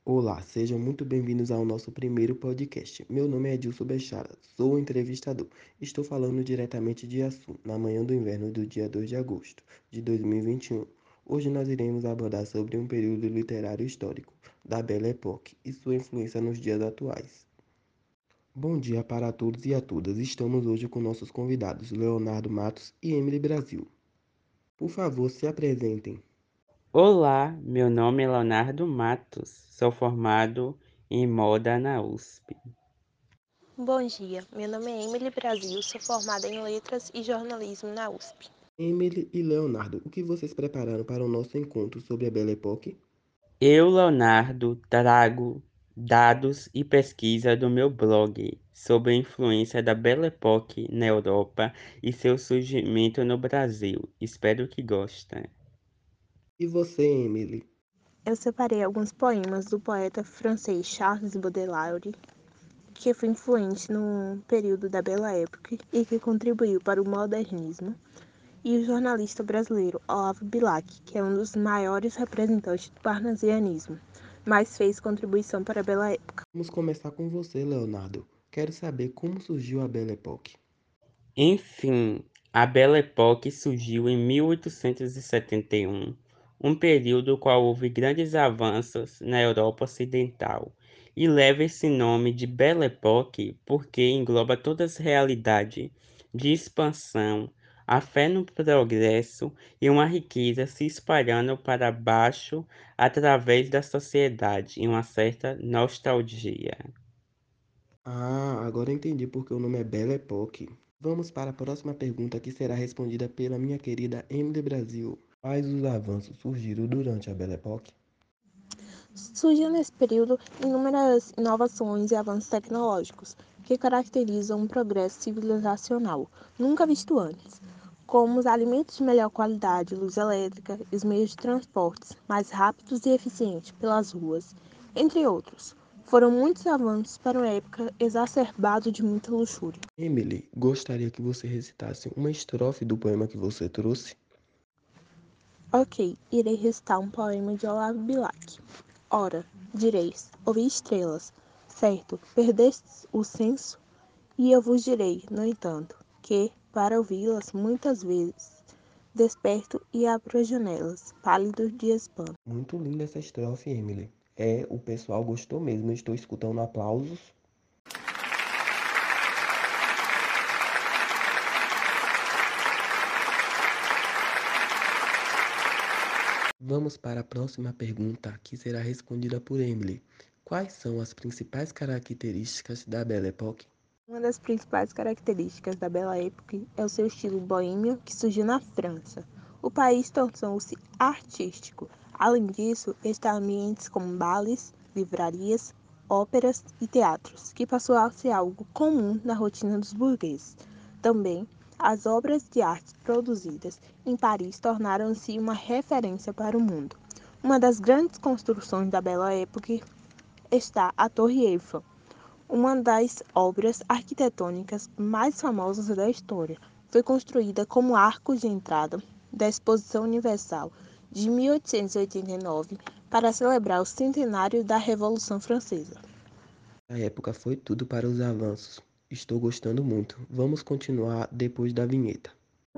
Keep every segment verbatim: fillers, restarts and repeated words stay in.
Olá, sejam muito bem-vindos ao nosso primeiro podcast. Meu nome é Edilson Bechara, sou o entrevistador. Estou falando diretamente de Açu, na manhã do inverno do dia dois de agosto de dois mil e vinte e um. Hoje nós iremos abordar sobre um período literário histórico, da Belle Époque, e sua influência nos dias atuais. Bom dia para todos e a todas. Estamos hoje com nossos convidados, Leonardo Matos e Emily Brasil. Por favor, se apresentem. Olá, meu nome é Leonardo Matos, sou formado em moda na U S P. Bom dia, meu nome é Emily Brasil, sou formada em Letras e Jornalismo na U S P. Emily e Leonardo, o que vocês prepararam para o nosso encontro sobre a Belle Époque? Eu, Leonardo, trago dados e pesquisa do meu blog sobre a influência da Belle Époque na Europa e seu surgimento no Brasil. Espero que gostem. E você, Emily? Eu separei alguns poemas do poeta francês Charles Baudelaire, que foi influente no período da Belle Époque e que contribuiu para o modernismo, e o jornalista brasileiro Olavo Bilac, que é um dos maiores representantes do parnasianismo, mas fez contribuição para a Belle Époque. Vamos começar com você, Leonardo. Quero saber como surgiu a Belle Époque. Enfim, a Belle Époque surgiu em mil oitocentos e setenta e um, um período no qual houve grandes avanços na Europa Ocidental, e leva esse nome de Belle Époque porque engloba todas as realidades de expansão, a fé no progresso e uma riqueza se espalhando para baixo através da sociedade e uma certa nostalgia. Ah, agora entendi porque o nome é Belle Époque. Vamos para a próxima pergunta que será respondida pela minha querida Emily Brasil. Quais os avanços surgiram durante a Belle Époque? Surgiu nesse período inúmeras inovações e avanços tecnológicos que caracterizam um progresso civilizacional nunca visto antes, como os alimentos de melhor qualidade, luz elétrica e os meios de transportes mais rápidos e eficientes pelas ruas, entre outros. Foram muitos avanços para uma época exacerbada de muita luxúria. Emily, gostaria que você recitasse uma estrofe do poema que você trouxe. Ok, irei recitar um poema de Olavo Bilac. Ora, direis, ouvi estrelas, certo, perdestes o senso? E eu vos direi, no entanto, que, para ouvi-las muitas vezes, desperto e abro as janelas, pálido de espanto. Muito linda essa estrofe, Emily. É, o pessoal gostou mesmo. Estou escutando aplausos. Vamos para a próxima pergunta, que será respondida por Emily. Quais são as principais características da Belle Époque? Uma das principais características da Belle Époque é o seu estilo boêmio que surgiu na França. O país tornou-se artístico. Além disso, está ambientes como bailes, livrarias, óperas e teatros, que passou a ser algo comum na rotina dos burgueses. Também, as obras de arte produzidas em Paris tornaram-se uma referência para o mundo. Uma das grandes construções da Belle Époque está a Torre Eiffel, uma das obras arquitetônicas mais famosas da história. Foi construída como arco de entrada da Exposição Universal de mil oitocentos e oitenta e nove para celebrar o centenário da Revolução Francesa. A época foi tudo para os avanços. Estou gostando muito. Vamos continuar depois da vinheta.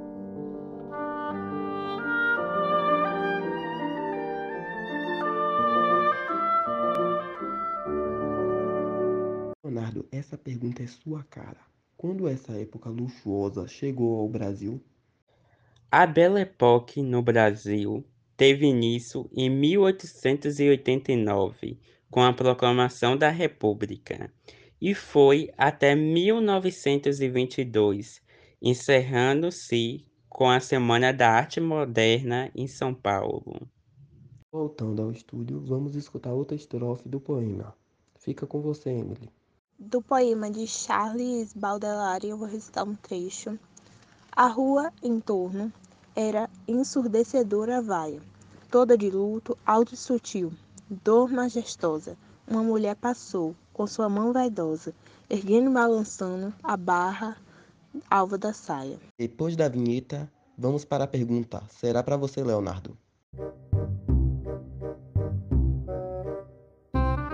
Leonardo, essa pergunta é sua cara. Quando essa época luxuosa chegou ao Brasil? A Belle Époque no Brasil teve início em mil oitocentos e oitenta e nove, com a proclamação da República, e foi até mil novecentos e vinte e dois, encerrando-se com a Semana da Arte Moderna em São Paulo. Voltando ao estúdio, vamos escutar outra estrofe do poema. Fica com você, Emily. Do poema de Charles Baudelaire, eu vou recitar um trecho. A rua em torno era ensurdecedora vaia, toda de luto alto e sutil, dor majestosa. Uma mulher passou, com sua mão vaidosa, erguendo e balançando a barra alva da saia. Depois da vinheta, vamos para a pergunta. Será para você, Leonardo.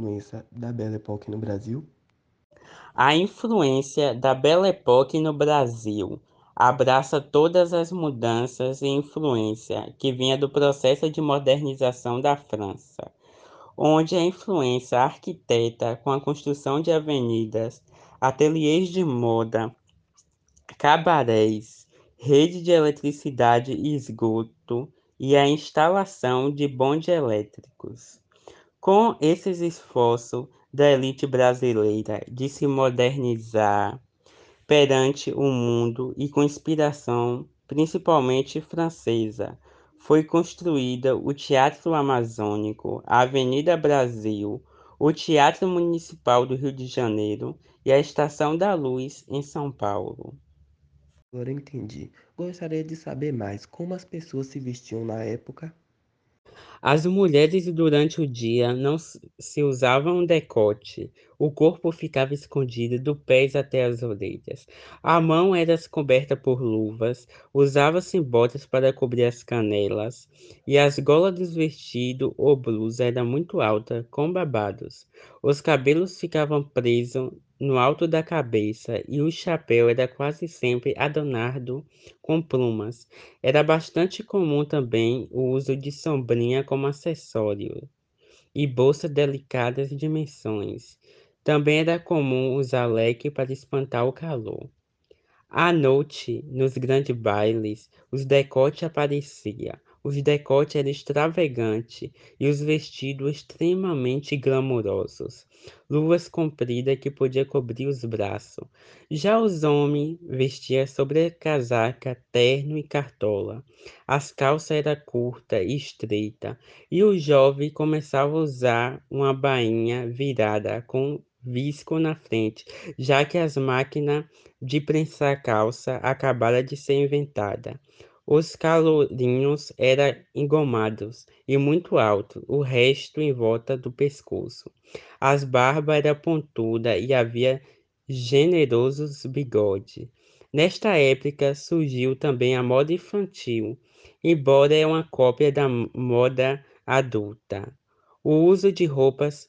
influência da Belle Époque no Brasil? A influência da Belle Époque no Brasil abraça todas as mudanças e influência que vinha do processo de modernização da França, onde a influência arquiteta com a construção de avenidas, ateliês de moda, cabarés, rede de eletricidade e esgoto e a instalação de bondes elétricos. Com esses esforços da elite brasileira de se modernizar perante o mundo e com inspiração principalmente francesa, foi construída o Teatro Amazônico, a Avenida Brasil, o Teatro Municipal do Rio de Janeiro e a Estação da Luz em São Paulo. Agora eu entendi. Gostaria de saber mais como as pessoas se vestiam na época. As mulheres durante o dia não s- se usavam decote, o corpo ficava escondido do pés até as orelhas. A mão era coberta por luvas, usava-se botas para cobrir as canelas, e as golas dos vestidos ou blusa era muito alta, com babados. Os cabelos ficavam presos no alto da cabeça e o chapéu era quase sempre adornado com plumas. Era bastante comum também o uso de sombrinha como acessório e bolsa delicadas dimensões. Também era comum usar leque para espantar o calor. À noite, nos grandes bailes, os decotes apareciam. Os decotes eram extravagantes e os vestidos extremamente glamourosos. Luvas compridas que podiam cobrir os braços. Já os homens vestiam sobrecasaca, terno e cartola. As calças eram curtas e estreitas, e o jovem começava a usar uma bainha virada com visco na frente, já que as máquinas de prensar calça acabara de ser inventada. Os calorinhos eram engomados e muito altos, o resto em volta do pescoço. As barbas eram pontudas e havia generosos bigodes. Nesta época surgiu também a moda infantil, embora é uma cópia da moda adulta. O uso de roupas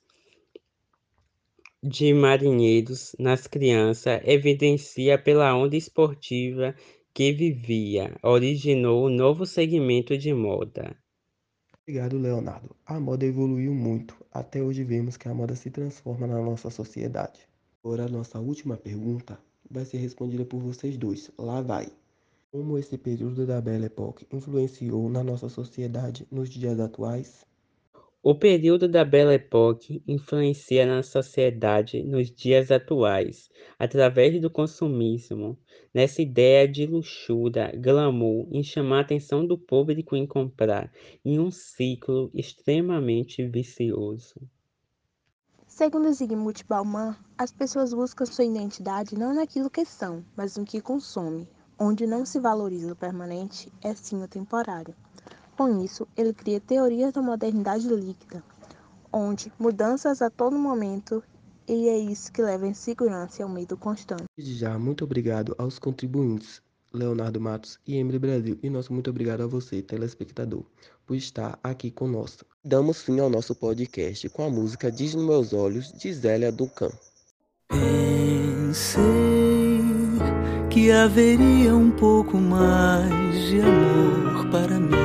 de marinheiros nas crianças evidencia pela onda esportiva que vivia, originou um novo segmento de moda. Obrigado, Leonardo. A moda evoluiu muito. Até hoje vemos que a moda se transforma na nossa sociedade. Agora a nossa última pergunta vai ser respondida por vocês dois. Lá vai. Como esse período da Belle Époque influenciou na nossa sociedade nos dias atuais? O período da Belle Époque influencia na sociedade nos dias atuais, através do consumismo, nessa ideia de luxúria, glamour, em chamar a atenção do público em comprar, em um ciclo extremamente vicioso. Segundo Zygmunt Bauman, as pessoas buscam sua identidade não naquilo que são, mas no que consomem. Onde não se valoriza o permanente, é sim o temporário. Com isso, ele cria teorias da modernidade líquida, onde mudanças a todo momento, e é isso que leva a insegurança e ao medo constante. Desde já, muito obrigado aos contribuintes, Leonardo Matos e Emily Brasil. E nosso muito obrigado a você, telespectador, por estar aqui conosco. Damos fim ao nosso podcast com a música Diz nos Meus Olhos, de Zélia Duncan. Pensei que haveria um pouco mais de amor para mim.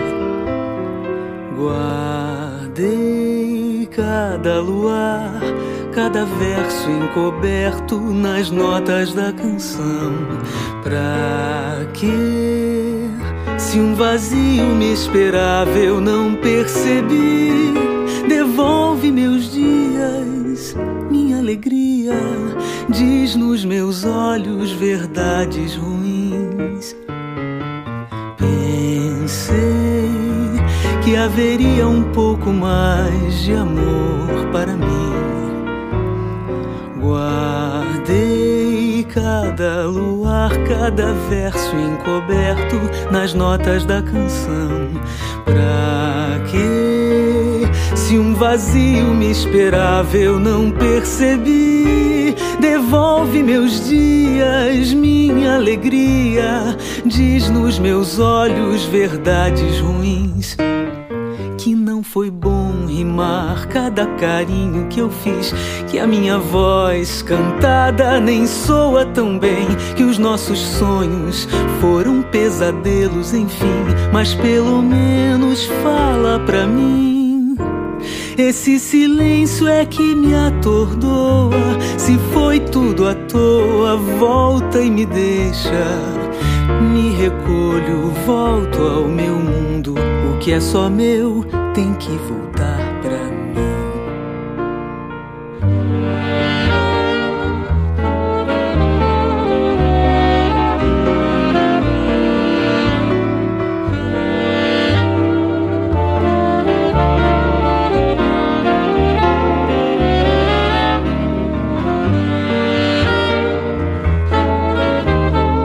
Guardei cada luar, cada verso encoberto nas notas da canção. Pra quê? Se um vazio me esperava, eu não percebi. Devolve meus dias, minha alegria. Diz nos meus olhos verdades ruins. Pensei que haveria um pouco mais de amor para mim. Guardei cada luar, cada verso encoberto nas notas da canção. Pra quê? Se um vazio me esperava, eu não percebi. Devolve meus dias, minha alegria. Diz nos meus olhos verdades ruins. Que não foi bom rimar perdoar cada carinho que eu fiz, que a minha voz cantada nem soa tão bem, que os nossos sonhos foram pesadelos, enfim, mas pelo menos fala pra mim. Esse silêncio é que me atordoa, se foi tudo à toa, volta e me deixa. Me recolho, volto ao meu mundo, o que é só meu tem que voltar.